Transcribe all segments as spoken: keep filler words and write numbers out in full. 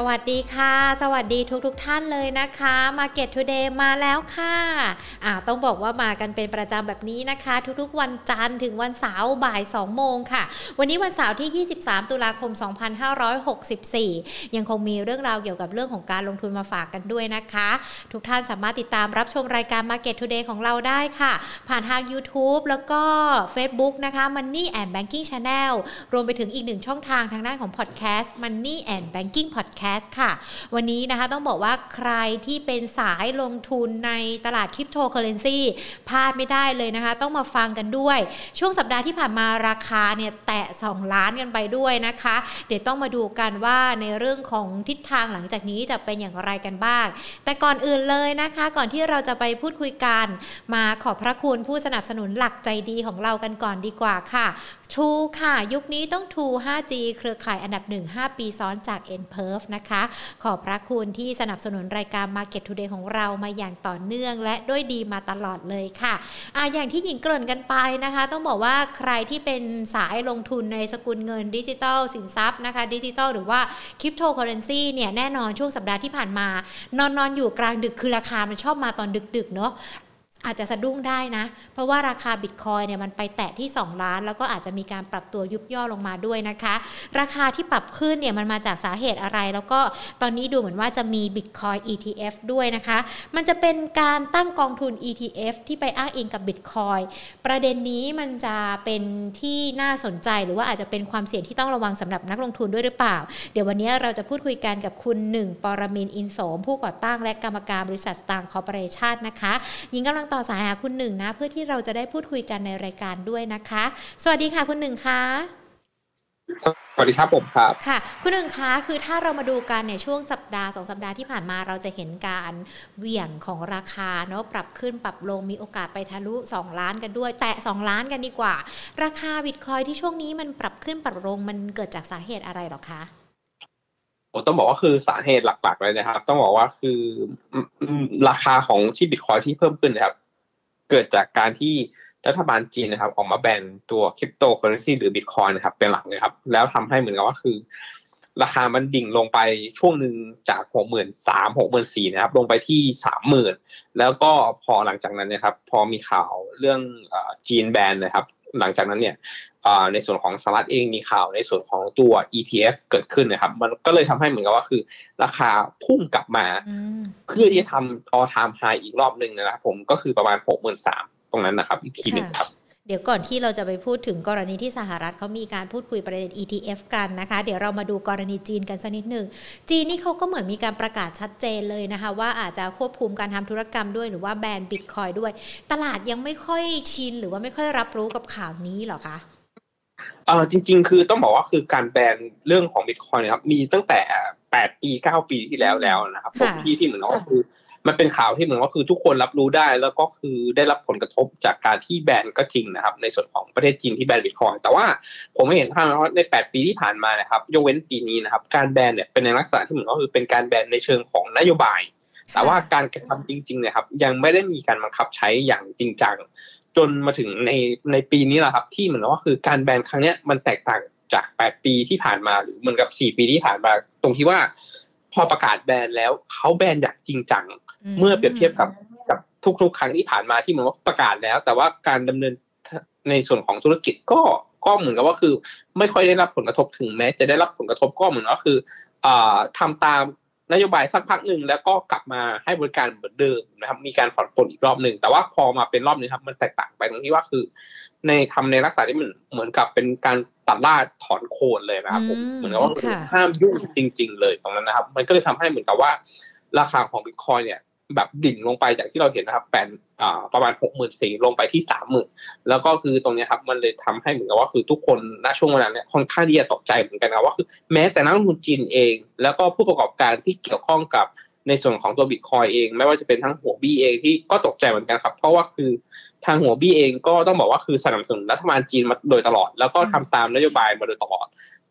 วัสดีค่ะสวัสดีทุกๆทท่านเลยนะคะ Market Today มาแล้วค่ะอ่าต้องบอกว่ามากันเป็นประจำแบบนี้นะคะทุกๆวันจันทร์ถึงวันเสาร์บ่ายสองโมงค่ะวันนี้วันเสาร์ที่ยี่สิบสามตุลาคมสองพันห้าร้อยหกสิบสี่ยังคงมีเรื่องราวเกี่ยวกับเรื่องของการลงทุนมาฝากกันด้วยนะคะทุกท่านสามารถติดตามรับชมรายการ Market Today ของเราได้ค่ะผ่านทาง YouTube แล้วก็ Facebook นะคะ Money and Banking Channel รวมไปถึงอีกหนึ่งช่องทางทางด้านของ Podcast Money and Banking Podcast ค่ะวันนี้นะคะต้องบอกว่าใครที่เป็นสายลงทุนในตลาดคริปโตเคอเรนซีพลาดไม่ได้เลยนะคะต้องมาฟังกันด้วยช่วงสัปดาห์ที่ผ่านมาราคาเนี่ยแตะสองล้านกันไปด้วยนะคะเดี๋ยวต้องมาดูกันว่าในเรื่องของทิศทางหลังจากนี้จะเป็นอย่างไรกันบ้างแต่ก่อนอื่นเลยนะคะก่อนที่เราจะไปพูดคุยกันมาขอบพระคุณผู้สนับสนุนหลักใจดีของเรากันก่อนดีกว่าค่ะ True ค่ะยุคนี้ต้อง True ไฟว์จี เครือข่ายอันดับหนึ่ง ห้าปีซ้อนจาก เอ็น พี อี เอฟ นะคะขอบพระคุณที่สนับสนุนรายการ Market Today ของเรามาอย่างต่อเนื่องและด้วยดีมาตลอดเลยค่ะอ่ะอย่างที่หญิงเกริ่นกันไปนะคะต้องบอกว่าใครที่เป็นสายลงทุนในสกุลเงินดิจิทัลสินทรัพย์นะคะดิจิทัลหรือว่าคริปโตเคอเรนซีเนี่ยแน่นอนช่วงสัปดาห์ที่ผ่านมานอนนอนอยู่กลางดึกคือราคามันชอบมาตอนดึกๆเนาะอาจจะสะดุ้งได้นะเพราะว่าราคาบิตคอยเนี่ยมันไปแตะที่สองล้านแล้วก็อาจจะมีการปรับตัวยุบย่อลงมาด้วยนะคะราคาที่ปรับขึ้นเนี่ยมันมาจากสาเหตุอะไรแล้วก็ตอนนี้ดูเหมือนว่าจะมี Bitcoin อี ที เอฟ ด้วยนะคะมันจะเป็นการตั้งกองทุน อี ที เอฟ ที่ไปอ้างอิงกับ Bitcoin ประเด็นนี้มันจะเป็นที่น่าสนใจหรือว่าอาจจะเป็นความเสี่ยงที่ต้องระวังสำหรับนักลงทุนด้วยหรือเปล่าเดี๋ยววันนี้เราจะพูดคุยกันกับคุณหนึ่งปรมินทร์อินโสมผู้ก่อตั้งและกรรมการบริษัทสตางค์คอร์ปอเรชั่นนะคะยิงกำลังต่อสายหาคุณหนึ่งนะเพื่อที่เราจะได้พูดคุยกันในรายการด้วยนะคะสวัสดีค่ะคุณหนึ่งคะสวัสดีครับผมครับค่ะคุณหนึ่งคะคือถ้าเรามาดูกันในช่วงสัปดาห์สองสัปดาห์ที่ผ่านมาเราจะเห็นการเหวี่ยงของราคาเนาะปรับขึ้นปรับลงมีโอกาสไปทะลุสองล้านกันด้วยแตะสองล้านกันดีกว่าราคาบิตคอยที่ช่วงนี้มันปรับขึ้นปรับลงมันเกิดจากสาเหตุอะไรหรอคะโอ้ต้องบอกว่าคือสาเหตุหลักๆเลยนะครับต้องบอกว่าคือราคาของที่บิตคอยที่เพิ่มขึ้นนะครับเกิดจากการที่รัฐบาลจีนนะครับออกมาแบนตัวคริปโตเคอเรนซีหรือบิตคอยนะครับเป็นหลักเลยครับแล้วทำให้เหมือนกับว่าคือราคามันดิ่งลงไปช่วงหนึ่งจาก หกหมื่นสามพัน หกหมื่นสี่พัน นะครับลงไปที่ สามหมื่น แล้วก็พอหลังจากนั้นนะครับพอมีข่าวเรื่องเอ่อจีนแบนนะครับหลังจากนั้นเนี่ยในส่วนของสหรัฐเองมีข่าวในส่วนของตัว อี ที เอฟ เกิดขึ้นนะครับมันก็เลยทำให้เหมือนกับว่าคือราคาพุ่งกลับมาเพื่อที่จะทำ all time high อีกรอบนึงนะครับผมก็คือประมาณ หกหมื่นสามพัน ตรงนั้นนะครับอีกทีนึงครับเดี๋ยวก่อนที่เราจะไปพูดถึงกรณีที่สหรัฐเขามีการพูดคุยประเด็น อี ที เอฟ กันนะคะเดี๋ยวเรามาดูกรณีจีนกันสักนิดหนึ่งจีนนี่เขาก็เหมือนมีการประกาศชัดเจนเลยนะคะว่าอาจจะควบคุมการทำธุรกรรมด้วยหรือว่าแบนบิตคอยด้วยตลาดยังไม่ค่อยชินหรือว่าไม่ค่อยรับรู้กับข่าวนี้หรอคะเอ่อจริงๆคือต้องบอกว่าคือการแบนเรื่องของ Bitcoin นะครับมีตั้งแต่แปดปีเก้าปีที่แล้วแล้วนะครับผมที่ที่เหมือนก็คือมันเป็นข่าวที่เหมือนว่าคือทุกคนรับรู้ได้แล้วก็คือได้รับผลกระทบจากการที่แบนก็จริงนะครับในส่วนของประเทศจีนที่แบน Bitcoin แต่ว่าผมไม่เห็นภาพว่าในแปดปีที่ผ่านมานะครับยกเว้นปีนี้นะครับการแบนเนี่ยเป็นในลักษณะที่เหมือนก็คือเป็นการแบนในเชิงของนโยบายแต่ว่าการกระทำจริงๆเนี่ยครับยังไม่ได้มีการบังคับใช้อย่างจริงจังจนมาถึงในในปีนี้แหละครับที่เหมือนว่าคือการแบนครั้งนี้มันแตกต่างจากแปดปีที่ผ่านมาหรือเหมือนกับสี่ปีที่ผ่านมาตรงที่ว่าพอประกาศแบนแล้วเขาแบนอย่างจริงจังเมื่อเปรียบเทียบกับกับทุกๆครั้งที่ผ่านมาที่เหมือนว่าประกาศแล้วแต่ว่าการดำเนินในส่วนของธุรกิจก็ก็เหมือนกับว่าคือไม่ค่อยได้รับผลกระทบถึงแม้จะได้รับผลกระทบก็เหมือนว่าคืออ่าทำตามนโยบายสักพักหนึ่งแล้วก็กลับมาให้บริการเหมือนเดิมนะครับมีการผ่อนปลนอีกรอบหนึ่งแต่ว่าพอมาเป็นรอบนี้ครับมันแตกต่างไปตรงที่ว่าคือในทำในลักษณะที่มันเหมือนกับเป็นการตัดรากถอนโคนเลยนะครับผมเหมือนกับว่าห้ามยุ่งจริงๆเลยตรงนั้นนะครับมันก็เลยทำให้เหมือนกับว่าราคาของ Bitcoin เนี่ยแบบดิ่งลงไปจากที่เราเห็นนะครับแปดอ่าประมาณ หกหมื่นสี่พัน ลงไปที่ สามหมื่น แล้วก็คือตรงนี้ครับมันเลยทำให้เหมือนกับว่าคือทุกคนณช่วงเวลาเนี้ยค่อนข้างที่จะตกใจเหมือนกันนะว่าคือแม้แต่นักลงทุนจีนเองแล้วก็ผู้ประกอบการที่เกี่ยวข้องกับในส่วนของตัว Bitcoin เองไม่ว่าจะเป็นทั้งหัวบี้เองที่ก็ตกใจเหมือนกันครับเพราะว่าคือทางหัวบี้เองก็ต้องบอกว่าคือสนับสนุนรัฐบาลจีนมาโดยตลอดแล้วก็ทำตามนโยบายมาโดยตลอด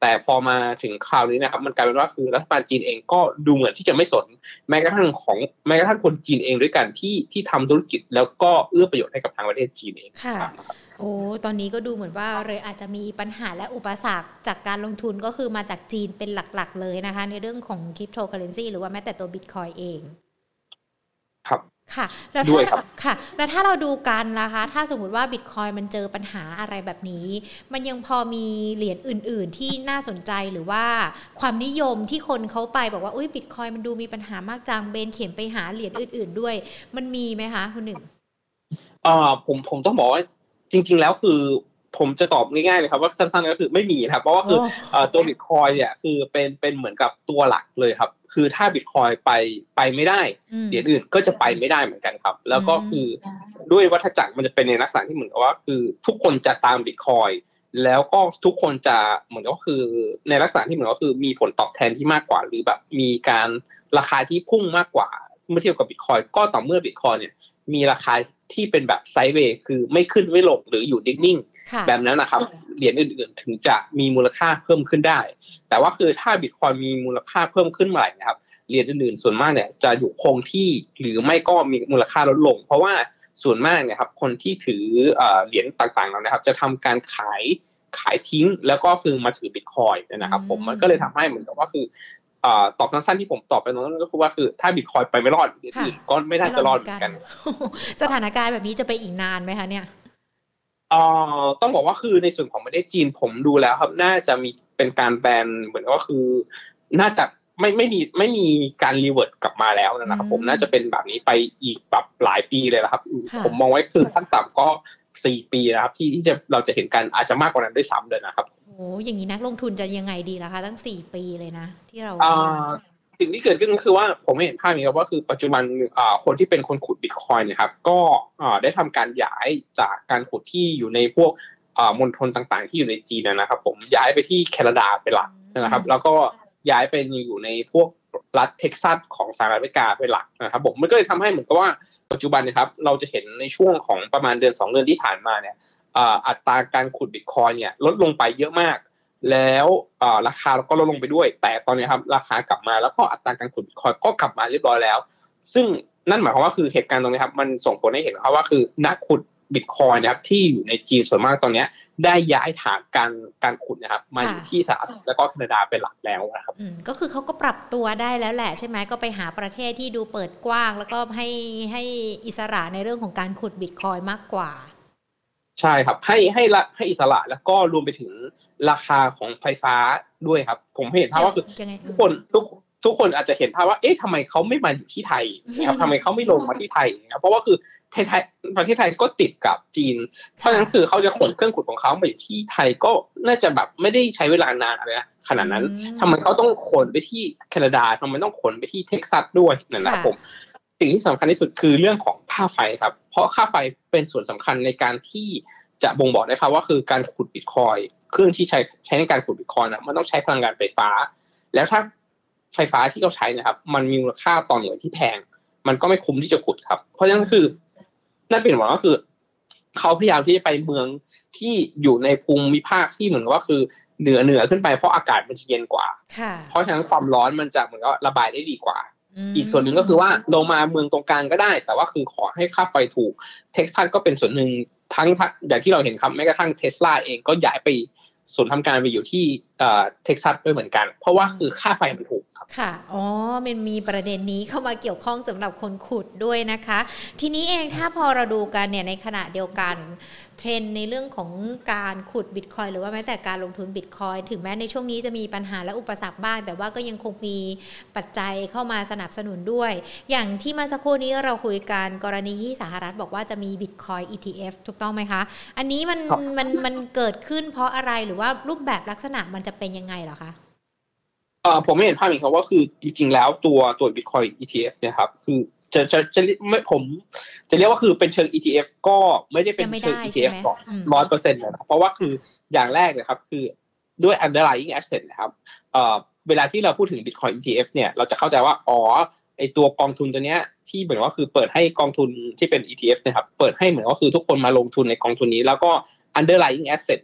แต่พอมาถึงคราวนี้นะครับมันกลายเป็นว่าคือรัฐบาลจีนเองก็ดูเหมือนที่จะไม่สนแม้กระทั่งของแม้กระทั่งคนจีนเองด้วยกันที่ที่ทำธุรกิจแล้วก็เอื้อประโยชน์ให้กับทางประเทศจีนเองค่ะโอ้ตอนนี้ก็ดูเหมือนว่าเลยอาจจะมีปัญหาและอุปสรรคจากการลงทุนก็คือมาจากจีนเป็นหลักๆเลยนะคะในเรื่องของคริปโตเคอเรนซีหรือว่าแม้แต่ตัวบิตคอยน์เองครับค่ะแล้วถ้าค่ะแล้วถ้าเราดูกันนะคะถ้าสมมุติว่าบิตคอยน์มันเจอปัญหาอะไรแบบนี้มันยังพอมีเหรียญอื่นๆที่น่าสนใจหรือว่าความนิยมที่คนเขาไปบอกว่าอุ้ยบิตคอยน์มันดูมีปัญหามากจังเบนเขียนไปหาเหรียญอื่นๆด้วยมันมีไหมคะคุณหนึ่งอ่าผมผมต้องบอกว่าจริงๆแล้วคือผมจะตอบง่ายๆเลยครับว่าสั้นๆก็คือไม่มีครับเพราะว่าคือตัวบิตคอยน์เนี่ยคือเป็นเป็นเหมือนกับตัวหลักเลยครับคือถ้าบิตคอยน์ไปไปไม่ได้เหรียญอื่นก็จะไปไม่ได้เหมือนกันครับแล้วก็คือด้วยวัฏจักรมันจะเป็นในลักษณะที่เหมือนกับว่าคือทุกคนจะตามบิตคอยน์แล้วก็ทุกคนจะเหมือนก็คือในลักษณะที่เหมือนก็คือมีผลตอบแทนที่มากกว่าหรือแบบมีการราคาที่พุ่งมากกว่าเมื่อเทียบกับบิตคอยน์ก็ต่อเมื่อบิตคอยน์เนี่ยมีราคาที่เป็นแบบไซด์เวย์คือไม่ขึ้นไม่ลงหรืออยู่นิ่งๆแบบนั้นนะครับเหรียญอื่นๆถึงจะมีมูลค่าเพิ่มขึ้นได้แต่ว่าคือถ้าบิตคอยน์มีมูลค่าเพิ่มขึ้นเมื่อไหร่นะครับเหรียญอื่นๆส่วนมากเนี่ยจะอยู่คงที่หรือไม่ก็มีมูลค่าลดลงเพราะว่าส่วนมากเนี่ยครับคนที่ถือเหรียญต่างๆแล้วนะครับจะทำการขายขายทิ้งแล้วก็คือมาถือบิตคอยน์นะครับผมมันก็เลยทำให้เหมือนกับว่าคือตอบสั้นๆที่ผมตอบไปตรงนั้นก็คือว่าคือถ้าบิตคอยน์ไปไม่รอดอื่นก็ไม่น่าจะรอดเหมือนกันสถานการณ์แบบนี้จะไปอีกนานไหมคะเนี่ยอ่อต้องบอกว่าคือในส่วนของประเทศจีนผมดูแล้วครับน่าจะมีเป็นการแบนเหมือนก็คือน่าจะไม่ไม่มีไม่มีการรีเวิร์ตกลับมาแล้วนะครับผมน่าจะเป็นแบบนี้ไปอีกแบบหลายปีเลยนะครับผมมองไว้คือขั้นต่ำก็สี่ปีนะครับที่ที่จะเราจะเห็นกันอาจจะมากกว่านั้นด้วยซ้ำเลยนะครับโอ้อย่างนี้นักลงทุนจะยังไงดีล่ะคะตั้งสี่ปีเลยนะที่เราสิ่งที่เกิดขึ้นก็คือว่าผมไม่เห็นภาพนี้ครับว่าคือปัจจุบันคนที่เป็นคนขุดบิตคอยน์นะครับก็ได้ทำการย้ายจากการขุดที่อยู่ในพวกมณฑลต่างๆที่อยู่ในจีนนะครับผมย้ายไปที่แคนาดาเป็นหลักนะครับแล้วก็ย้ายไปอยู่ในพวกรัฐเท็กซัสของสหรัฐอเมริกาเป็นหลักนะครับผมมันก็เลยทำให้เหมือนกับว่าปัจจุบันนะครับเราจะเห็นในช่วงของประมาณเดือนสองเดือนที่ผ่านมาเนี่ยอัตราการขุดบิตคอยน์เนี่ยลดลงไปเยอะมากแล้วราคาก็ลดลงไปด้วยแต่ตอนนี้ครับราคากลับมาแล้วก็อัตราการขุดบิตคอยน์ก็กลับมาเรียบร้อยแล้วซึ่งนั่นหมายความว่าคือเหตุการณ์ตรงนี้ครับมันส่งผลให้เห็นครับว่าคือนักขุดบิตคอยน์นะครับที่อยู่ในจีนส่วนมากตอนนี้ได้ย้ายฐานการการขุดนะครับมาอยู่ที่สหรัฐแล้วก็แคนาดาเป็นหลักแล้วนะครับก็คือเขาก็ปรับตัวได้แล้วแหละใช่ไหมก็ไปหาประเทศที่ดูเปิดกว้างแล้วก็ให้ให้อิสระในเรื่องของการขุดบิตคอยน์มากกว่าใช่ครับให้ให้ละให้อิสระแล้วก็รวมไปถึงราคาของไฟฟ้าด้วยครับผมเห็นภาพว่าคือทุกคนทุกทุกคนอาจจะเห็นภาพว่าเอ๊ะทำไมเขาไม่มาอยู่ที่ไทยนะครับทำไมเขาไม่ลงมาที่ไทยนะเพราะว่าคือไทยไทยประเทศไทยก็ติดกับจีนเพราะฉะนั้นคือเขาจะขนเครื่องขุดของเขามาอยู่ที่ไทยก็น่าจะแบบไม่ได้ใช้เวลานานอะไรขนาดนั้นทำไมเขาต้องขนไปที่แคนาดาทำไมต้องขนไปที่เท็กซัสด้วยนะครับผมสิ่งที่สำคัญที่สุดคือเรื่องของค่าไฟครับเพราะค่าไฟเป็นส่วนสำคัญในการที่จะบ่งบอกได้ครับว่าคือการขุดบิตคอยน์เครื่องที่ใช้ใช้ในการขุดบิตคอยน์นะมันต้องใช้พลังงานไฟฟ้าแล้วถ้าไฟฟ้าที่เขาใช้นะครับมันมีมูลค่าต่อหน่วยที่แพงมันก็ไม่คุ้มที่จะขุดครับเพราะฉะนั้นคือนั่นเป็นหวังก็คือเขาพยายามที่จะไปเมืองที่อยู่ในภูมิภาคที่เหมือนว่าคือเหนือเหนือขึ้นไปเพราะอากาศมันเย็นกว่าเพราะฉะนั้นความร้อนมันจะเหมือนกับระบายได้ดีกว่าอีกส่วนหนึ่งก็คือว่าลงมาเมืองตรงกลางก็ได้แต่ว่าคือขอให้ค่าไฟถูกเท็กซัสก็เป็นส่วนหนึ่งทั้งอย่างที่เราเห็นครับแม้กระทั่ง Tesla เองก็ย้ายไปศูนย์ทำการไปอยู่ที่เท็กซัสด้วยเหมือนกันเพราะว่าคือค่าไฟมันถูกครับค่ะอ๋อมันมีประเด็นนี้เข้ามาเกี่ยวข้องสำหรับคนขุดด้วยนะคะทีนี้เองถ้าพอเราดูกันเนี่ยในขณะเดียวกันเทรนในเรื่องของการขุดบิตคอยน์หรือว่าแม้แต่การลงทุนบิตคอยน์ถึงแม้ในช่วงนี้จะมีปัญหาและอุปสรรคบ้างแต่ว่าก็ยังคงมีปัจจัยเข้ามาสนับสนุนด้วยอย่างที่เมื่อสักครู่นี้เราคุยกันกรณีที่สหรัฐบอกว่าจะมีบิตคอยน์ อี ที เอฟ ถูกต้องไหมคะอันนี้มันมันมันเกิดขึ้นเพราะอะไรหรือว่ารูปแบบลักษณะมันจะเป็นยังไงเหรอคะเอ่อผมไม่เห็นภาพอีกครับว่าคือจริงๆแล้วตัวตัว Bitcoin อี ที เอฟ เนี่ยครับคือจะจะจะไม่ผมจะเรียกว่าคือเป็นเชิง อี ที เอฟ ก็ไม่ได้เป็นเชิง อี ที เอฟ ร้อยเปอร์เซ็นต์เลยนะเพราะว่าคืออย่างแรกเลยครับคือด้วย underlying asset นะครับเอ่อเวลาที่เราพูดถึง Bitcoin อี ที เอฟ เนี่ยเราจะเข้าใจว่าอ๋อไอตัวกองทุนตัวเนี้ยที่เหมือนว่าคือเปิดให้กองทุนที่เป็น อี ที เอฟ นะครับเปิดให้เหมือนว่าคือทุกคนมาลงทุนในกองทุนนี้แล้วก็ underlying asset เนี่ย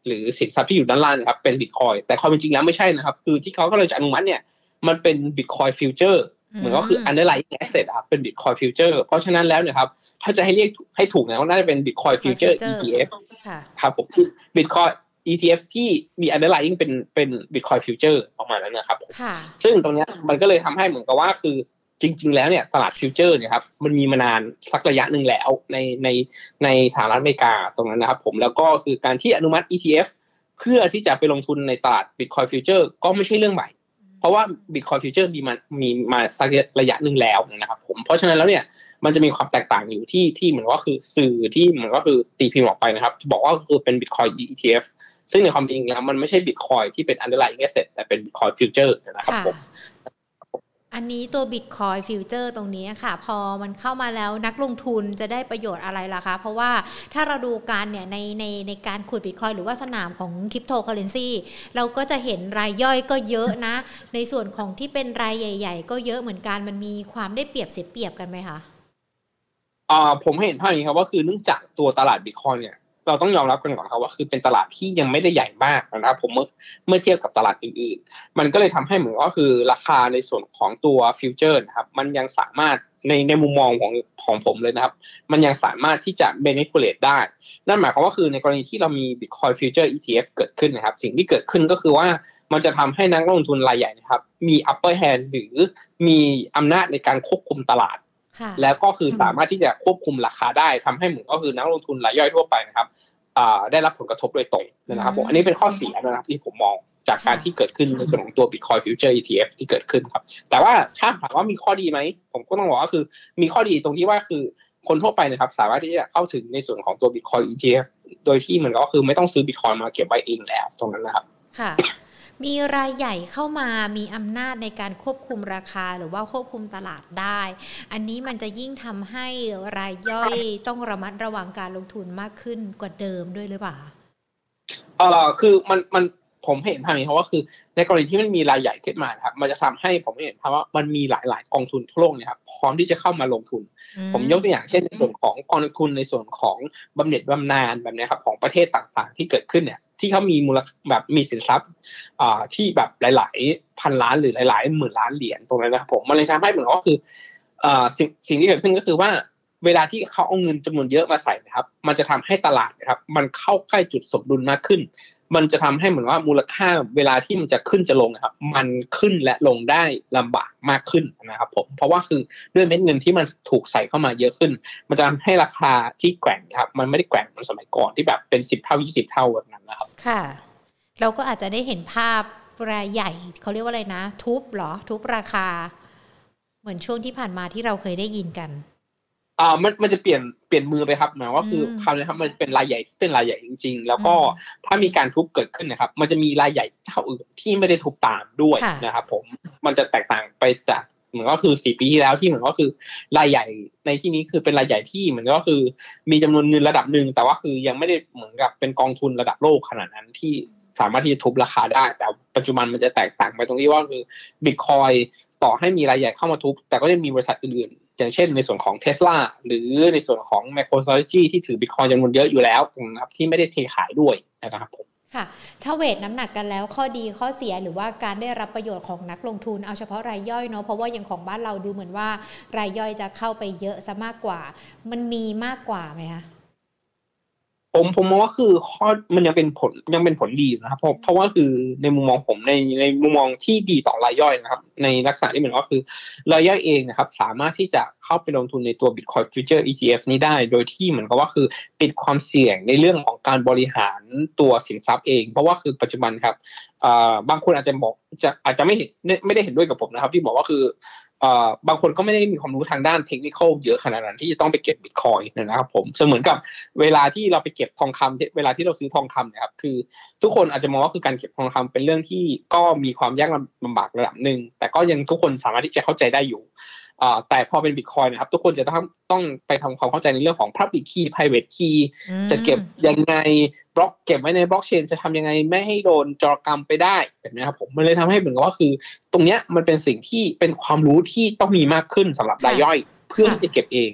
หรือสินทรัพย์ที่อยู่ด้านล่างนะครับเป็น Bitcoin แต่ความเป็นจริงแล้วไม่ใช่นะครับคือที่เขาก็เลยจะอนุมัติเนี่ยมันเป็น Bitcoin Future เหมือนก็คือ underlying asset ครับเป็น Bitcoin Future เพราะฉะนั้นแล้วเนี่ยครับถ้าจะให้เรียกให้ถูกนะว่าน่าจะเป็น Bitcoin Future อี ที เอฟ ครับผม Bitcoin อี ที เอฟ ที่มี underlying เป็นเป็น Bitcoin Future ประมาณนั้นนะครับซึ่งตรงนี้มันก็เลยทำให้เหมือนกับว่าคือจริงๆแล้วเนี่ยตลาดฟิวเจอร์เนี่ยครับมันมีมานานสักระยะหนึ่งแล้วในในในสหรัฐอเมริกาตรงนั้นนะครับผมแล้วก็คือการที่อนุมัติ อี ที เอฟ เพื่อที่จะไปลงทุนในตลาด Bitcoin Future ก็ไม่ใช่เรื่องใหม่เพราะว่า Bitcoin Future มีมามีมาสักระยะหนึ่งแล้วนะครับผมเพราะฉะนั้นแล้วเนี่ยมันจะมีความแตกต่างอยู่ที่ที่เหมือนว่าคือสื่อที่เหมือนก็คือตีพิมพ์ออกไปนะครับบอกว่าคือเป็น Bitcoin อี ที เอฟ ซึ่งในความจริงแล้วมันไม่ใช่ Bitcoin ที่เป็น underlying asset แต่เป็น Bitcoin Future นะครับผมอันนี้ตัว Bitcoin Future ตรงนี้ค่ะพอมันเข้ามาแล้วนักลงทุนจะได้ประโยชน์อะไรล่ะคะเพราะว่าถ้าเราดูการเนี่ยในในในการขุด Bitcoin หรือว่าสนามของ Cryptocurrency เราก็จะเห็นรายย่อยก็เยอะนะในส่วนของที่เป็นรายใหญ่ๆก็เยอะเหมือนกันมันมีความได้เปรียบเสียเปรียบกันไหมคะอ่าผมเห็นภาพนี้ครับว่าคือเนื่องจากตัวตลาด Bitcoin เนี่ยเราต้องยอมรับกันก่อนครับว่าคือเป็นตลาดที่ยังไม่ได้ใหญ่มากนะครับผมเมื่อเมื่อเทียบกับตลาดอื่นๆมันก็เลยทำให้เหมือนก็คือราคาในส่วนของตัวฟิวเจอร์นะครับมันยังสามารถในในมุมมองของของผมเลยนะครับมันยังสามารถที่จะ manipulate ได้นั่นหมายความว่าคือในกรณีที่เรามี Bitcoin Future อี ที เอฟ เกิดขึ้นนะครับสิ่งที่เกิดขึ้นก็คือว่ามันจะทำให้นักลงทุนรายใหญ่นะครับมี upper hand หรือมีอำนาจในการควบคุมตลาดแล้วก็คือสามารถที่จะควบคุมราคาได้ทำให้เหมือนก็คือนักลงทุนรายย่อยทั่วไปนะครับได้รับผลกระทบโดยตรงนะครับผมอันนี้เป็นข้อเสียนะครับที่ผมมองจากการที่เกิดขึ้นในส่วนของตัว Bitcoin Future อี ที เอฟ ที่เกิดขึ้นครับแต่ว่าถ้าถามว่ามีข้อดีไหมผมก็ต้องบอกว่าคือมีข้อดีตรงที่ว่าคือคนทั่วไปนะครับสามารถที่จะเข้าถึงในส่วนของตัว Bitcoin อี ที เอฟ โดยที่เหมือนก็คือไม่ต้องซื้อ Bitcoin มาเก็บไว้เองแล้วตรงนั้นนะครับค่ะมีรายใหญ่เข้ามามีอำนาจในการควบคุมราคาหรือว่าควบคุมตลาดได้อันนี้มันจะยิ่งทำให้รายย่อยต้องระมัดระวังการลงทุนมากขึ้นกว่าเดิมด้วยหรือเปล่าเออคือมันมันผมเห็นภาพนี้เพราะว่าคือในกรณีที่มันมีรายใหญ่ขึ้นมาครับมันจะทำให้ผมเห็นภาพว่ามันมีหลายๆกองทุนทั่วโลกเนี่ยครับพร้อมที่จะเข้ามาลงทุนผมยกตัวอย่างเช่นในส่วนของกองทุนในส่วนของบำเหน็จบำนาญแบบนี้ครับของประเทศต่างๆที่เกิดขึ้นเนี่ยที่เขามีมูลแบบมีสินทรัพย์ที่แบบหลายๆพันล้านหรือหลายๆหมื่นล้านเหรียญตรงนั้นนะครับผมมันเลยทำให้เหมือนก็คือสิ่งสิ่งที่เกิดขึ้นก็คือว่าเวลาที่เขาเอาเงินจำนวนเยอะมาใส่นะครับมันจะทำให้ตลาดนะครับมันเข้าใกล้จุดสมดุลมากขึ้นมันจะทำให้เหมือนว่ามูลค่าเวลาที่มันจะขึ้นจะลงนะครับมันขึ้นและลงได้ลำบากมากขึ้นนะครับผมเพราะว่าคือด้วยเม็ดเงินที่มันถูกใส่เข้ามาเยอะขึ้นมันจะทำให้ราคาที่แกว่งครับมันไม่ได้แกว่งเหมือนสมัยก่อนที่แบบเป็นสิบเท่ายี่สิบเท่าแบบนั้นนะครับค่ะเราก็อาจจะได้เห็นภาพรายใหญ่เขาเรียกว่าอะไรนะทุบหรอทุบราคาเหมือนช่วงที่ผ่านมาที่เราเคยได้ยินกันอ่ามันมันจะเปลี่ยนเปลี่ยนมือไปครับหมายว่าคือคราวนี้ครับมันเป็นรายใหญ่เป็นรายใหญ่จริงๆแล้วก็ถ้ามีการทุบเกิดขึ้นนะครับมันจะมีรายใหญ่เจ้าอื่นที่ไม่ได้ทุบตามด้วยนะครับผมมันจะแตกต่างไปจากเหมือนก็คือสี่ปีที่แล้วที่เหมือนก็คือรายใหญ่ในที่นี้คือเป็นรายใหญ่ที่เหมือนก็คือมีจำนวนเงินระดับหนึ่งแต่ว่าคือยังไม่ได้เหมือนกับเป็นกองทุนระดับโลกขนาดนั้นที่สามารถที่จะทุบราคาได้แต่ปัจจุบันมันจะแตกต่างไปตรงที่ว่าคือ Bitcoin ต่อให้มีรายใหญ่เข้ามาทุบแต่ก็จะมีบริษัทอื่นๆอย่างเช่นในส่วนของ Tesla หรือในส่วนของ MicroStrategy ที่ถือ Bitcoin จำนวนเยอะอยู่แล้วนะครับที่ไม่ได้เทขายด้วยนะครับผมค่ะถ้าเวทน้ำหนักกันแล้วข้อดีข้อเสียหรือว่าการได้รับประโยชน์ของนักลงทุนเอาเฉพาะรายย่อยเนาะเพราะว่าอย่างของบ้านเราดูเหมือนว่ารายย่อยจะเข้าไปเยอะซะมากกว่ามันมีมากกว่าไหมคะผมผมมองว่าคือข้อมันยังเป็นผลยังเป็นผลดีนะครับเพราะเพราะว่าคือในมุมมองผมในในมุมมองที่ดีต่อรายย่อยนะครับในลักษณะที่เหมือนก็คือรายย่อยเองนะครับสามารถที่จะเข้าไปลงทุนในตัว Bitcoin Future อี ที เอฟ นี้ได้โดยที่เหมือนกับว่าคือปิดความเสี่ยงในเรื่องของการบริหารตัวสินทรัพย์เองเพราะว่าคือปัจจุบันครับบางคนอาจจะบอกจะอาจจะไม่เห็นไม่ได้เห็นด้วยกับผมนะครับที่บอกว่าคืออ่าบางคนก็ไม่ได้มีความรู้ทางด้านเทคนิคเยอะขนาดนั้นที่จะต้องไปเก็บ Bitcoin นะครับผมเหมือนกับเวลาที่เราไปเก็บทองคำเวลาที่เราซื้อทองคำเนี่ยครับคือทุกคนอาจจะมองว่าคือการเก็บทองคำเป็นเรื่องที่ก็มีความยากลำบากระดับหนึ่งแต่ก็ยังทุกคนสามารถที่จะเข้าใจได้อยู่อ่าแต่พอเป็น Bitcoin นะครับทุกคนจะต้องต้องไปทำความเข้าใจในเรื่องของ Public Key Private Key จะเก็บยังไงบล็อกเก็บไว้ในบล็อกเชนจะทำยังไงไม่ให้โดนโจรกรรมไปได้แบบนี้ครับผมมันเลยทำให้เหมือนกับว่าคือตรงเนี้ยมันเป็นสิ่งที่เป็นความรู้ที่ต้องมีมากขึ้นสำหรับรายย่อยเพื่อที่จะเก็บเอง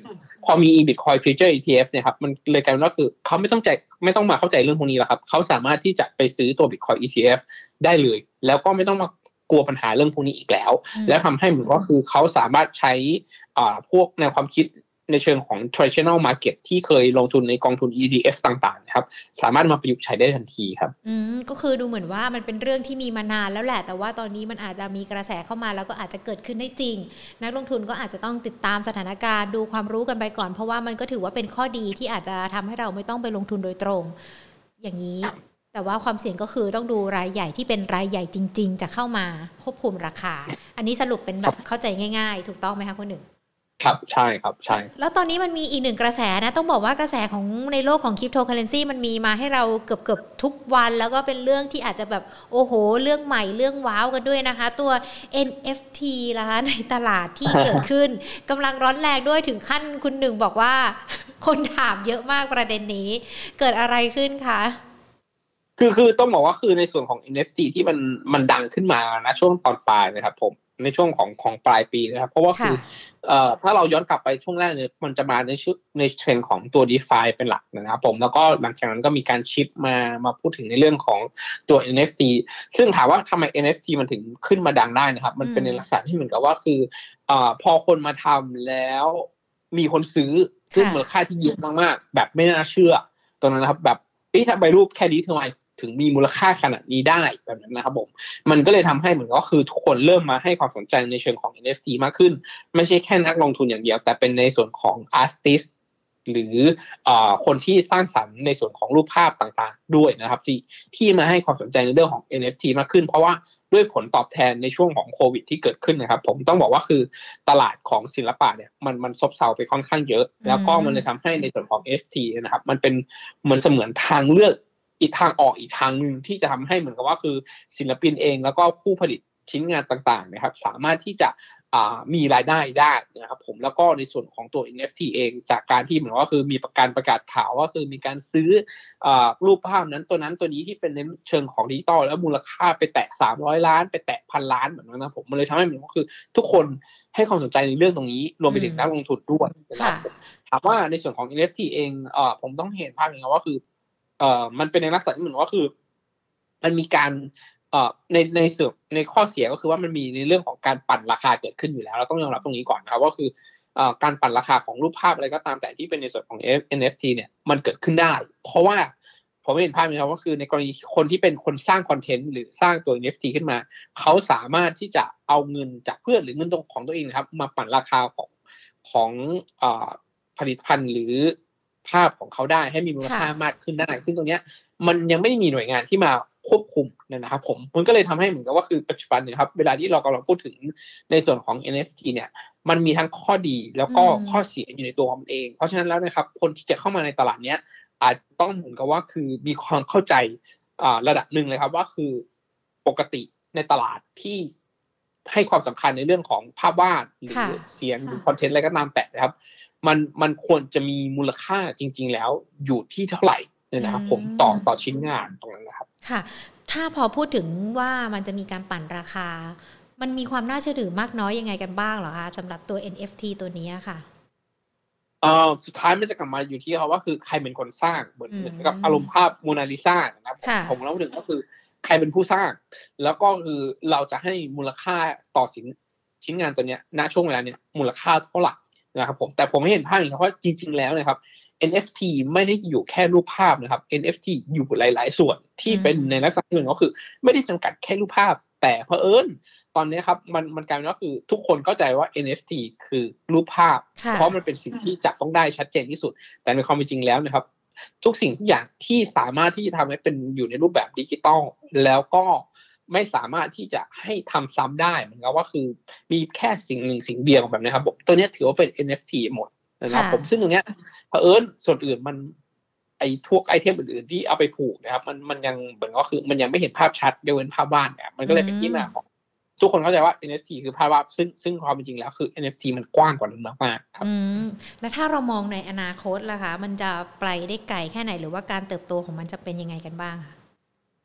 พอมี Bitcoin Future อี ที เอฟ เนี่ยครับมันเลยกลายเป็นว่าคือเขาไม่ต้องใจไม่ต้องมาเข้าใจเรื่องพวกนี้แล้วครับเขาสามารถที่จะไปซื้อตัว Bitcoin อี ที เอฟ ได้เลยแล้วก็ไม่ต้องมากลัวปัญหาเรื่องพวกนี้อีกแล้วแล้วทำให้เหมือนก็คือเขาสามารถใช้อ่าพวกแนวความคิดในเชิงของ traditional market ที่เคยลงทุนในกองทุน อี ที เอฟ ต่างๆนะครับสามารถมาประยุกต์ใช้ได้ทันทีครับอืมก็คือดูเหมือนว่ามันเป็นเรื่องที่มีมานานแล้วแหละแต่ว่าตอนนี้มันอาจจะมีกระแสเข้ามาแล้วก็อาจจะเกิดขึ้นได้จริงนักลงทุนก็อาจจะต้องติดตามสถานการณ์ดูความรู้กันไปก่อนเพราะว่ามันก็ถือว่าเป็นข้อดีที่อาจจะทำให้เราไม่ต้องไปลงทุนโดยตรงอย่างนี้แต่ว่าความเสี่ยงก็คือต้องดูรายใหญ่ที่เป็นรายใหญ่จริงๆจะเข้ามาควบคุมราคาอันนี้สรุปเป็นแบบเข้าใจง่ายๆถูกต้องไหมคะคุณหนึ่งครับใช่ครับใช่แล้วตอนนี้มันมีอีกหนึ่งกระแสนะต้องบอกว่ากระแสของในโลกของคริปโตเคอเรนซีมันมีมาให้เราเกือบๆทุกวันแล้วก็เป็นเรื่องที่อาจจะแบบโอ้โหเรื่องใหม่เรื่องว้าวกันด้วยนะคะตัว เอ็น เอฟ ที นะคะในตลาดที่เกิดขึ้นกำลังร้อนแรงด้วยถึงขั้นคุณหนึ่งบอกว่าคนถามเยอะมากประเด็นนี้เกิดอะไรขึ้นคะคือคือต้องบอกว่าคือในส่วนของ เอ็น เอฟ ที ที่มันมันดังขึ้นมานะช่วงตอนปลายนะครับผมในช่วงของของปลายปีนะครับเพราะว่าคือเอ่อถ้าเราย้อนกลับไปช่วงแรกเนี่ยมันจะมาในชุดในเทรนด์ของตัว DeFi เป็นหลักนะครับผมแล้วก็หลังจากนั้นก็มีการชิปมามาพูดถึงในเรื่องของตัว เอ็น เอฟ ที ซึ่งถามว่าทำไม เอ็น เอฟ ที มันถึงขึ้นมาดังได้นะครับมันเป็นในลักษณะที่เหมือนกับว่าคือเอ่อพอคนมาทำแล้วมีคนซื้อซึ่งมูลค่าที่เยอะมากๆแบบไม่น่าเชื่อตอนนั้นนะครับแบบเอ๊ะทำไมรูปแค่นี้ทำไมถึงมีมูลค่าขนาดนี้ได้แบบนั้นนะครับผมมันก็เลยทำให้เหมือนก็คือทุกคนเริ่มมาให้ความสนใจในเชิงของ เอ็น เอฟ ที มากขึ้นไม่ใช่แค่นักลงทุนอย่างเดียวแต่เป็นในส่วนของ artist หรืออ่าคนที่สร้างสรรค์ในส่วนของรูปภาพต่างๆด้วยนะครับที่ที่มาให้ความสนใจในเรื่องของ เอ็น เอฟ ที มากขึ้นเพราะว่าด้วยผลตอบแทนในช่วงของโควิดที่เกิดขึ้นนะครับผมต้องบอกว่าคือตลาดของศิลปะเนี่ยมันมันซบเซาไปค่อนข้างเยอะแล้วก็มันเลยทำให้ในส่วนของ เอ็น เอฟ ที นะครับมันเป็นเหมือนเสมือนทางเลือกอีกทางออกอีกทางนึงที่จะทำให้เหมือนกับว่าคือศิลปินเองแล้วก็ผู้ผลิตชิ้นงานต่างๆนะครับสามารถที่จะมีรายได้ได้นะครับผมแล้วก็ในส่วนของตัว เอ็น เอฟ ที เองจากการที่เหมือนว่าคือมีประการประกาศข่าวว่าคือมีการซื้อรูปภาพนั้นตัวนั้นตัวนี้ที่เป็นในเชิงของดิจิตอลแล้วมูลค่าไปแตะสามร้อยล้านไปแตะพันล้านแบบนั้นนะผมมันเลยทำให้เหมือนก็คือทุกคนให้ความสนใจในเรื่องตรงนี้รวมไปถึงนักลงทุนด้วยนะครับถามว่าในส่วนของ เอ็น เอฟ ที เองเอ่อผมต้องเห็นภาพอย่างนี้ว่าคือเอ่อมันเป็นในลักษณะที่เหมือนว่าคือมันมีการเอ่อในในส่วนในข้อเสียก็คือว่ามันมีในเรื่องของการปั่นราคาเกิดขึ้นอยู่แล้วเราต้องยอมรับตรงนี้ก่อนนะครับว่าคือเอ่อการปั่นราคาของรูปภาพอะไรก็ตามแต่ที่เป็นในส่วนของ เอ็น เอฟ ที เนี่ยมันเกิดขึ้นได้เพราะว่าผมเห็นภาพนะครับว่าคือในกรณีคนที่เป็นคนสร้างคอนเทนต์หรือสร้างตัว เอ็น เอฟ ที ขึ้นมาเขาสามารถที่จะเอาเงินจากเพื่อนหรือเงินของตัวเองนะครับมาปั่นราคาของของเอ่อผลิตภัณฑ์หรือภาพของเขาได้ให้มีมูลค่ามากขึ้นได้ซึ่งตรงนี้มันยังไม่มีหน่วยงานที่มาควบคุมนะครับผมมันก็เลยทำให้เหมือนกับว่าคือปัจจุบันเนี่ยครับเวลาที่เรากำลังพูดถึงในส่วนของ เอ็น เอฟ ที เนี่ยมันมีทั้งข้อดีแล้วก็ข้อเสียอยู่ในตัวของมันเองเพราะฉะนั้นแล้วนะครับคนที่จะเข้ามาในตลาดเนี้ยอาจต้องเหมือนกับว่าคือมีความเข้าใจอ่าระดับหนึ่งเลยครับว่าคือปกติในตลาดที่ให้ความสำคัญในเรื่องของภาพวาดหรือเสียงหรือคอนเทนต์อะไรก็ตามแต่นะครับมันมันควรจะมีมูลค่าจริงๆแล้วอยู่ที่เท่าไหร่นะครับผมต่อต่อชิ้นงานตรงนั้นนะครับค่ะถ้าพอพูดถึงว่ามันจะมีการปั่นราคามันมีความน่าเชื่อถือมากน้อยยังไงกันบ้างเหรอคะสำหรับตัว เอ็น เอฟ ที ตัวนี้ค่ะเอ่อสุดท้ายมันจะกลับมาอยู่ที่เขาว่าคือใครเป็นคนสร้างเหมือนเหมือนกับอารมณ์ภาพโมนาลิซานะครับผมเล่าถึงก็คือใครเป็นผู้สร้างแล้วก็คือเราจะให้มูลค่าต่อสินชิ้นงานตัวเนี้ยณช่วงเวลาเนี้ยมูลค่าเท่าไหร่นะครับผมแต่ผมไม่เห็นภาพอย่างนี้เพราะจริงๆแล้วนะครับ เอ็น เอฟ ที ไม่ได้อยู่แค่รูปภาพนะครับ เอ็น เอฟ ที อยู่หลายๆส่วนที่เป็นในลักษณะหนึ่งก็คือไม่ได้จำกัดแค่รูปภาพแต่เผอิญตอนนี้ครับมันมันกลายเป็นว่าคือทุกคนเข้าใจว่า เอ็น เอฟ ที คือรูปภาพเพราะมันเป็นสิ่งที่จับต้องได้ชัดเจนที่สุดแต่ในความเป็นจริงแล้วนะครับทุกสิ่งทุกอย่างที่สามารถที่จะทำให้เป็นอยู่ในรูปแบบดิจิตอลแล้วก็ไม่สามารถที่จะให้ทำซ้ำได้เหมือนกับว่าคือมีแค่สิ่งหนึ่งสิ่งเดียวแบบนี้ครับผมตัวนี้ถือว่าเป็น เอ็น เอฟ ที หมดนะครับผมซึ่งตรงเนี้ยเผอิญส่วนอื่นมันไอ้พวกไอเทมอื่นๆที่เอาไปผูกนะครับมันมันยังเหมือนก็คือมันยังไม่เห็นภาพชัดยกเว้นภาพวาดเนี่ยมันก็เลยเป็นที่มาของทุกคนเข้าใจว่า เอ็น เอฟ ที คือภาพวาดซึ่งซึ่งความเป็นจริงแล้วคือ เอ็น เอฟ ที มันกว้างกว่านั้นมากๆครับอืมแล้วถ้าเรามองในอนาคตล่ะคะมันจะไปได้ไกลแค่ไหนหรือว่าการเติบโตของมันจะเป็นยังไงกันบ้างคะคื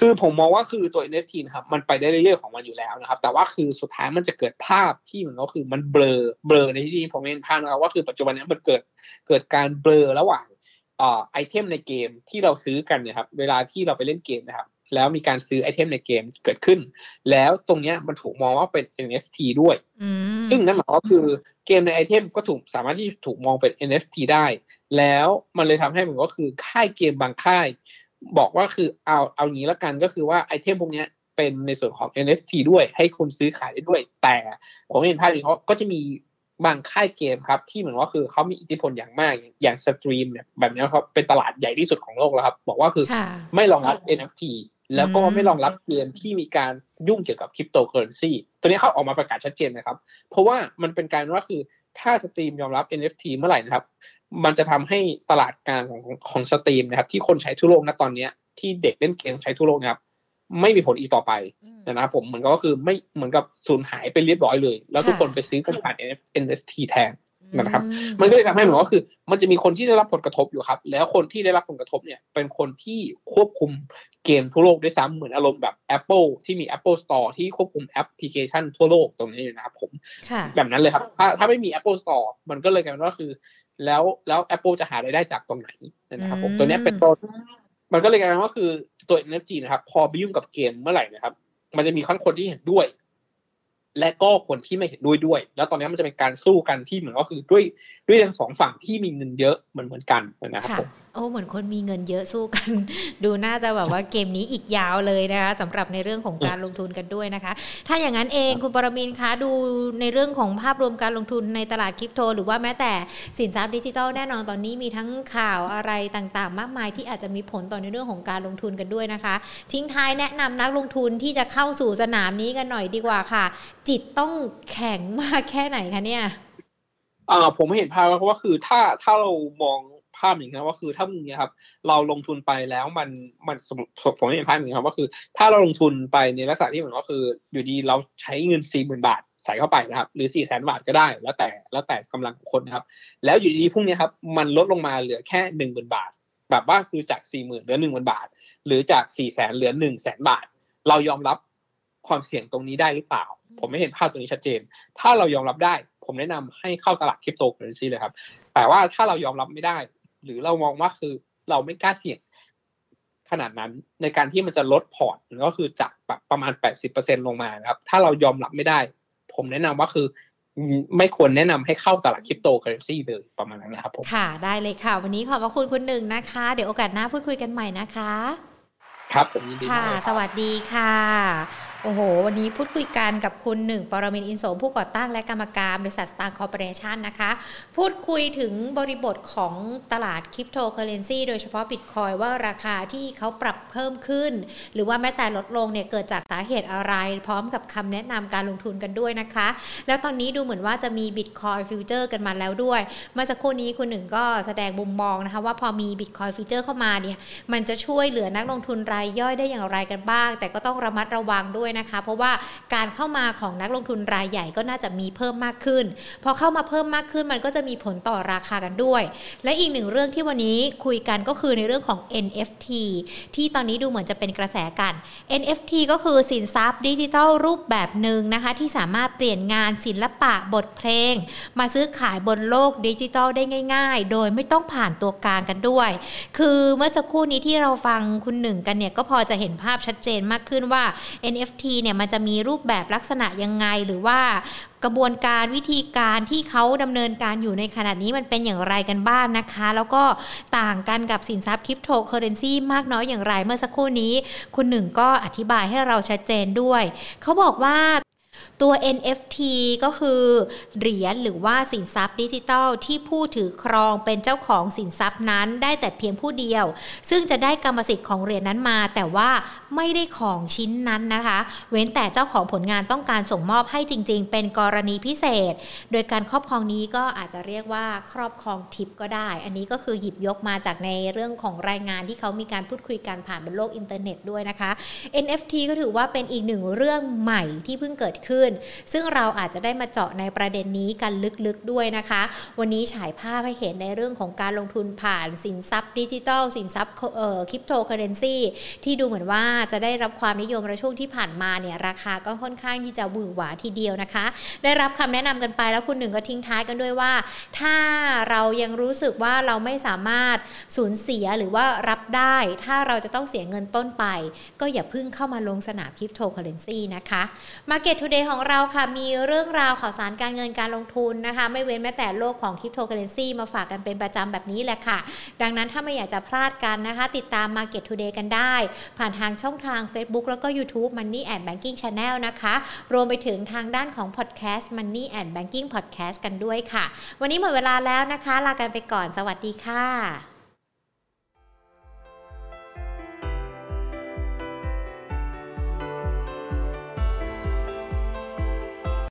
คือผมมองว่าคือตัว เอ็น เอฟ ที นะครับมันไปได้เรื่อยๆของมันอยู่แล้วนะครับแต่ว่าคือสุดท้ายมันจะเกิดภาพที่มันก็คือมันเบลอเบลอในที่นี้ผมเห็นภาพนะครับว่าคือปัจจุบันนี้มันเกิดเกิดการเบลอระหว่างเอ่อไอเทมในเกมที่เราซื้อกันเนี่ยครับเวลาที่เราไปเล่นเกมนะครับแล้วมีการซื้อไอเทมในเกมเกิดขึ้นแล้วตรงนี้มันถูกมองว่าเป็น เอ็น เอฟ ที ด้วยซึ่งนั่นหมายความว่าคือเกมในไอเทมก็ถูกสามารถที่ถูกมองเป็น เอ็น เอฟ ที ได้แล้วมันเลยทำให้เหมือนก็คือค่ายเกมบางค่ายบอกว่าคือเอาเอางี้ละกันก็คือว่าไอเทมพวกนี้เป็นในส่วนของ เอ็น เอฟ ที ด้วยให้คุณซื้อขายได้ด้วยแต่ผมเห็นภาพอย่างเขาก็จะมีบางค่ายเกมครับที่เหมือนว่าคือเขามีอิทธิพลอย่างมากอย่างสตรีมเนี่ยแบบนี้เขาเป็นตลาดใหญ่ที่สุดของโลกแล้วครับบอกว่าคือไม่รองรับ เอ็น เอฟ ที แล้วก็ไม่รองรับเกมที่มีการยุ่งเกี่ยวกับคริปโตเคอเรนซีตัวนี้เขาออกมาประกาศชัดเจนนะครับเพราะว่ามันเป็นการว่าคือถ้าสตรีมยอมรับ เอ็น เอฟ ที เมื่อไหร่นะครับมันจะทำให้ตลาดกลางของของสตรีมนะครับที่คนใช้ทั่วโลกณตอนนี้ที่เด็กเล่นเกมใช้ทั่วโลกนะครับไม่มีผลอีกต่อไปนะครับผมเหมือนก็คือไม่เหมือนกับสูญหายไปเรียบร้อยเลยแล้วทุกคนไปซื้อกันผ่าน เอ็น เอฟ ที แทนนะครับมันก็เลยทำให้เหมือนก็คือมันจะมีคนที่ได้รับผลกระทบอยู่ครับแล้วคนที่ได้รับผลกระทบเนี่ยเป็นคนที่ควบคุมเกมทั่วโลกด้วยซ้ำเหมือนอารมณ์แบบ Apple ที่มี Apple Store ที่ควบคุมแอปพลิเคชันทั่วโลกตรงนี้อยู่นะครับผมแบบนั้นเลยครับถ้าถ้าไม่มี Apple Store มันก็เลยกลายเป็นว่าคือแล้วแล้ว Apple จะหารายได้จากตรงไหนนะครับผมตัวนี้เป็นต้นมันก็เลยกลายเป็นว่าคือตัว เอ็น เอฟ ที นะครับพอไปยุ่งกับเกมเมื่อไหร่นะครับมันจะมีคนที่เห็นด้วยและก็คนที่ไม่เห็นด้วยด้วยแล้วตอนนี้มันจะเป็นการสู้กันที่เหมือนก็คือด้วยด้วยทั้งสองฝั่งที่มีเงินเยอะเหมือนเหมือนกันนะครับผมโอ้เหมือนคนมีเงินเยอะสู้กันดูน่าจะแบบว่าเกมนี้อีกยาวเลยนะคะสำหรับในเรื่องของการลงทุนกันด้วยนะคะถ้าอย่างนั้นเองคุณปรมินทร์คะดูในเรื่องของภาพรวมการลงทุนในตลาดคริปโตหรือว่าแม้แต่สินทรัพย์ดิจิทัลแน่นอนตอนนี้มีทั้งข่าวอะไรต่างๆมากมายที่อาจจะมีผลต่อในเรื่องของการลงทุนกันด้วยนะคะทิ้งท้ายแนะนำนักลงทุนที่จะเข้าสู่สนามนี้กันหน่อยดีกว่าค่ะจิตต้องแข็งมากแค่ไหนคะเนี่ยอ่าผมเห็นภาพว่าคือถ้าถ้าเรามองภาพอย่างนี้ว่าคือถ้ามึงเนี่ยครับเราลงทุนไปแล้วมันมันผมเห็นภาพอย่างนี้ครับว่าคือถ้าเราลงทุนไปในลักษณะที่เหมือนก็คืออยู่ดีเราใช้เงิน สี่หมื่น บาทใส่เข้าไปนะครับหรือ สี่แสน บาทก็ได้แล้วแต่แล้วแต่กำลังของคนนะครับแล้วอยู่ดีพรุ่งนี้ครับมันลดลงมาเหลือแค่ หนึ่งหมื่น บาทแบบว่าคือจาก สี่หมื่น เหลือ หนึ่งหมื่น บาทหรือจาก สี่แสน เหลือ หนึ่งแสน บาทเรายอมรับความเสี่ยงตรงนี้ได้หรือเปล่าผมไม่เห็นภาพตรงนี้ชัดเจนถ้าเรายอมรับได้ผมแนะนำให้เข้าตลาดคริปโตเคอเรนซีเลยครับแต่ว่าถ้าเรายอมรับไม่ได้หรือเรามองว่าคือเราไม่กล้าเสี่ยงขนาดนั้นในการที่มันจะลดพอร์ตก็คือจากแบบประมาณ แปดสิบเปอร์เซ็นต์ ลงมานะครับถ้าเรายอมรับไม่ได้ผมแนะนำว่าคือไม่ควรแนะนำให้เข้าตลาดคริปโตเคอเรนซีเลยประมาณนั้นนะครับผมค่ะได้เลยค่ะวันนี้ขอบพระคุณคุณหนึ่งนะคะเดี๋ยวโอกาสหน้าพูดคุยกันใหม่นะคะครับผมยินดีค่ะสวัสดีค่ะโอ้โหวันนี้พูดคุยกันกับคุณหนึ่งปรมินทร์อินโสมผู้ก่อตั้งและกรรมการบริษัทสตาร์คอร์ปอเรชั่นนะคะพูดคุยถึงบริบทของตลาดคริปโตเคอเรนซีโดยเฉพาะบิตคอยน์ว่าราคาที่เขาปรับเพิ่มขึ้นหรือว่าแม้แต่ลดลงเนี่ยเกิดจากสาเหตุอะไรพร้อมกับคำแนะนำการลงทุนกันด้วยนะคะแล้วตอนนี้ดูเหมือนว่าจะมีบิตคอยน์ฟิวเจอร์กันมาแล้วด้วยเมื่อสักครู่นี้คุณหนึ่งก็แสดงมุมมองนะคะว่าพอมีบิตคอยน์ฟิวเจอร์เข้ามาเนี่ยมันจะช่วยเหลือนักลงทุนรายย่อยได้อย่างไรกันบ้างแต่ก็ต้องระมัดระวังด้วยนะคะเพราะว่าการเข้ามาของนักลงทุนรายใหญ่ก็น่าจะมีเพิ่มมากขึ้นพอเข้ามาเพิ่มมากขึ้นมันก็จะมีผลต่อราคากันด้วยและอีกหนึ่งเรื่องที่วันนี้คุยกันก็คือในเรื่องของ เอ็น เอฟ ที ที่ตอนนี้ดูเหมือนจะเป็นกระแสกัน เอ็น เอฟ ที ก็คือสินทรัพย์ดิจิทัลรูปแบบหนึ่งนะคะที่สามารถเปลี่ยนงานศิลปะบทเพลงมาซื้อขายบนโลกดิจิทัลได้ง่ายๆโดยไม่ต้องผ่านตัวกลางกันด้วยคือเมื่อสักครู่นี้ที่เราฟังคุณหนึ่งกันเนี่ยก็พอจะเห็นภาพชัดเจนมากขึ้นว่า เอ็น เอฟ ที เนี่ยมันจะมีรูปแบบลักษณะยังไงหรือว่ากระบวนการวิธีการที่เขาดำเนินการอยู่ในขณะนี้มันเป็นอย่างไรกันบ้างนะคะแล้วก็ต่างกันกับสินทรัพย์คริปโตเคอเรนซีมากน้อยอย่างไรเมื่อสักครู่นี้คุณหนึ่งก็อธิบายให้เราชัดเจนด้วยเขาบอกว่าตัว เอ็น เอฟ ที ก็คือเหรียญหรือว่าสินทรัพย์ดิจิทัลที่ผู้ถือครองเป็นเจ้าของสินทรัพย์นั้นได้แต่เพียงผู้เดียวซึ่งจะได้กรรมสิทธิ์ของเหรียญนั้นมาแต่ว่าไม่ได้ของชิ้นนั้นนะคะเว้นแต่เจ้าของผลงานต้องการส่งมอบให้จริงๆเป็นกรณีพิเศษโดยการครอบครองนี้ก็อาจจะเรียกว่าครอบครองทิปก็ได้อันนี้ก็คือหยิบยกมาจากในเรื่องของรายงานที่เขามีการพูดคุยกันผ่านบนโลกอินเทอร์เน็ตด้วยนะคะ เอ็น เอฟ ที ก็ถือว่าเป็นอีกหนึ่งเรื่องใหม่ที่เพิ่งเกิดขึ้นขึ้นซึ่งเราอาจจะได้มาเจาะในประเด็นนี้กันลึกๆด้วยนะคะวันนี้ฉายภาพให้เห็นในเรื่องของการลงทุนผ่านสินทรัพย์ดิจิทัลสินทรัพย์เอ่อคริปโตเคอเรนซีที่ดูเหมือนว่าจะได้รับความนิยมในช่วงที่ผ่านมาเนี่ยราคาก็ค่อนข้างที่จะหวือหวาทีเดียวนะคะได้รับคำแนะนำกันไปแล้วคุณหนึ่งก็ทิ้งท้ายกันด้วยว่าถ้าเรายังรู้สึกว่าเราไม่สามารถสูญเสียหรือว่ารับได้ถ้าเราจะต้องเสียเงินต้นไปก็อย่าเพิ่งเข้ามาลงสนามคริปโตเคอเรนซีนะคะ Market Today ของเราค่ะมีเรื่องราวข่าวสารการเงินการลงทุนนะคะไม่เว้นแม้แต่โลกของคริปโตเคอเรนซีมาฝากกันเป็นประจำแบบนี้แหละค่ะดังนั้นถ้าไม่อยากจะพลาดกันนะคะติดตาม Market Today กันได้ผ่านทางช่องทาง Facebook แล้วก็ YouTube Money and Banking Channel นะคะรวมไปถึงทางด้านของ Podcast Money and Banking Podcast กันด้วยค่ะวันนี้หมดเวลาแล้วนะคะลากันไปก่อนสวัสดีค่ะ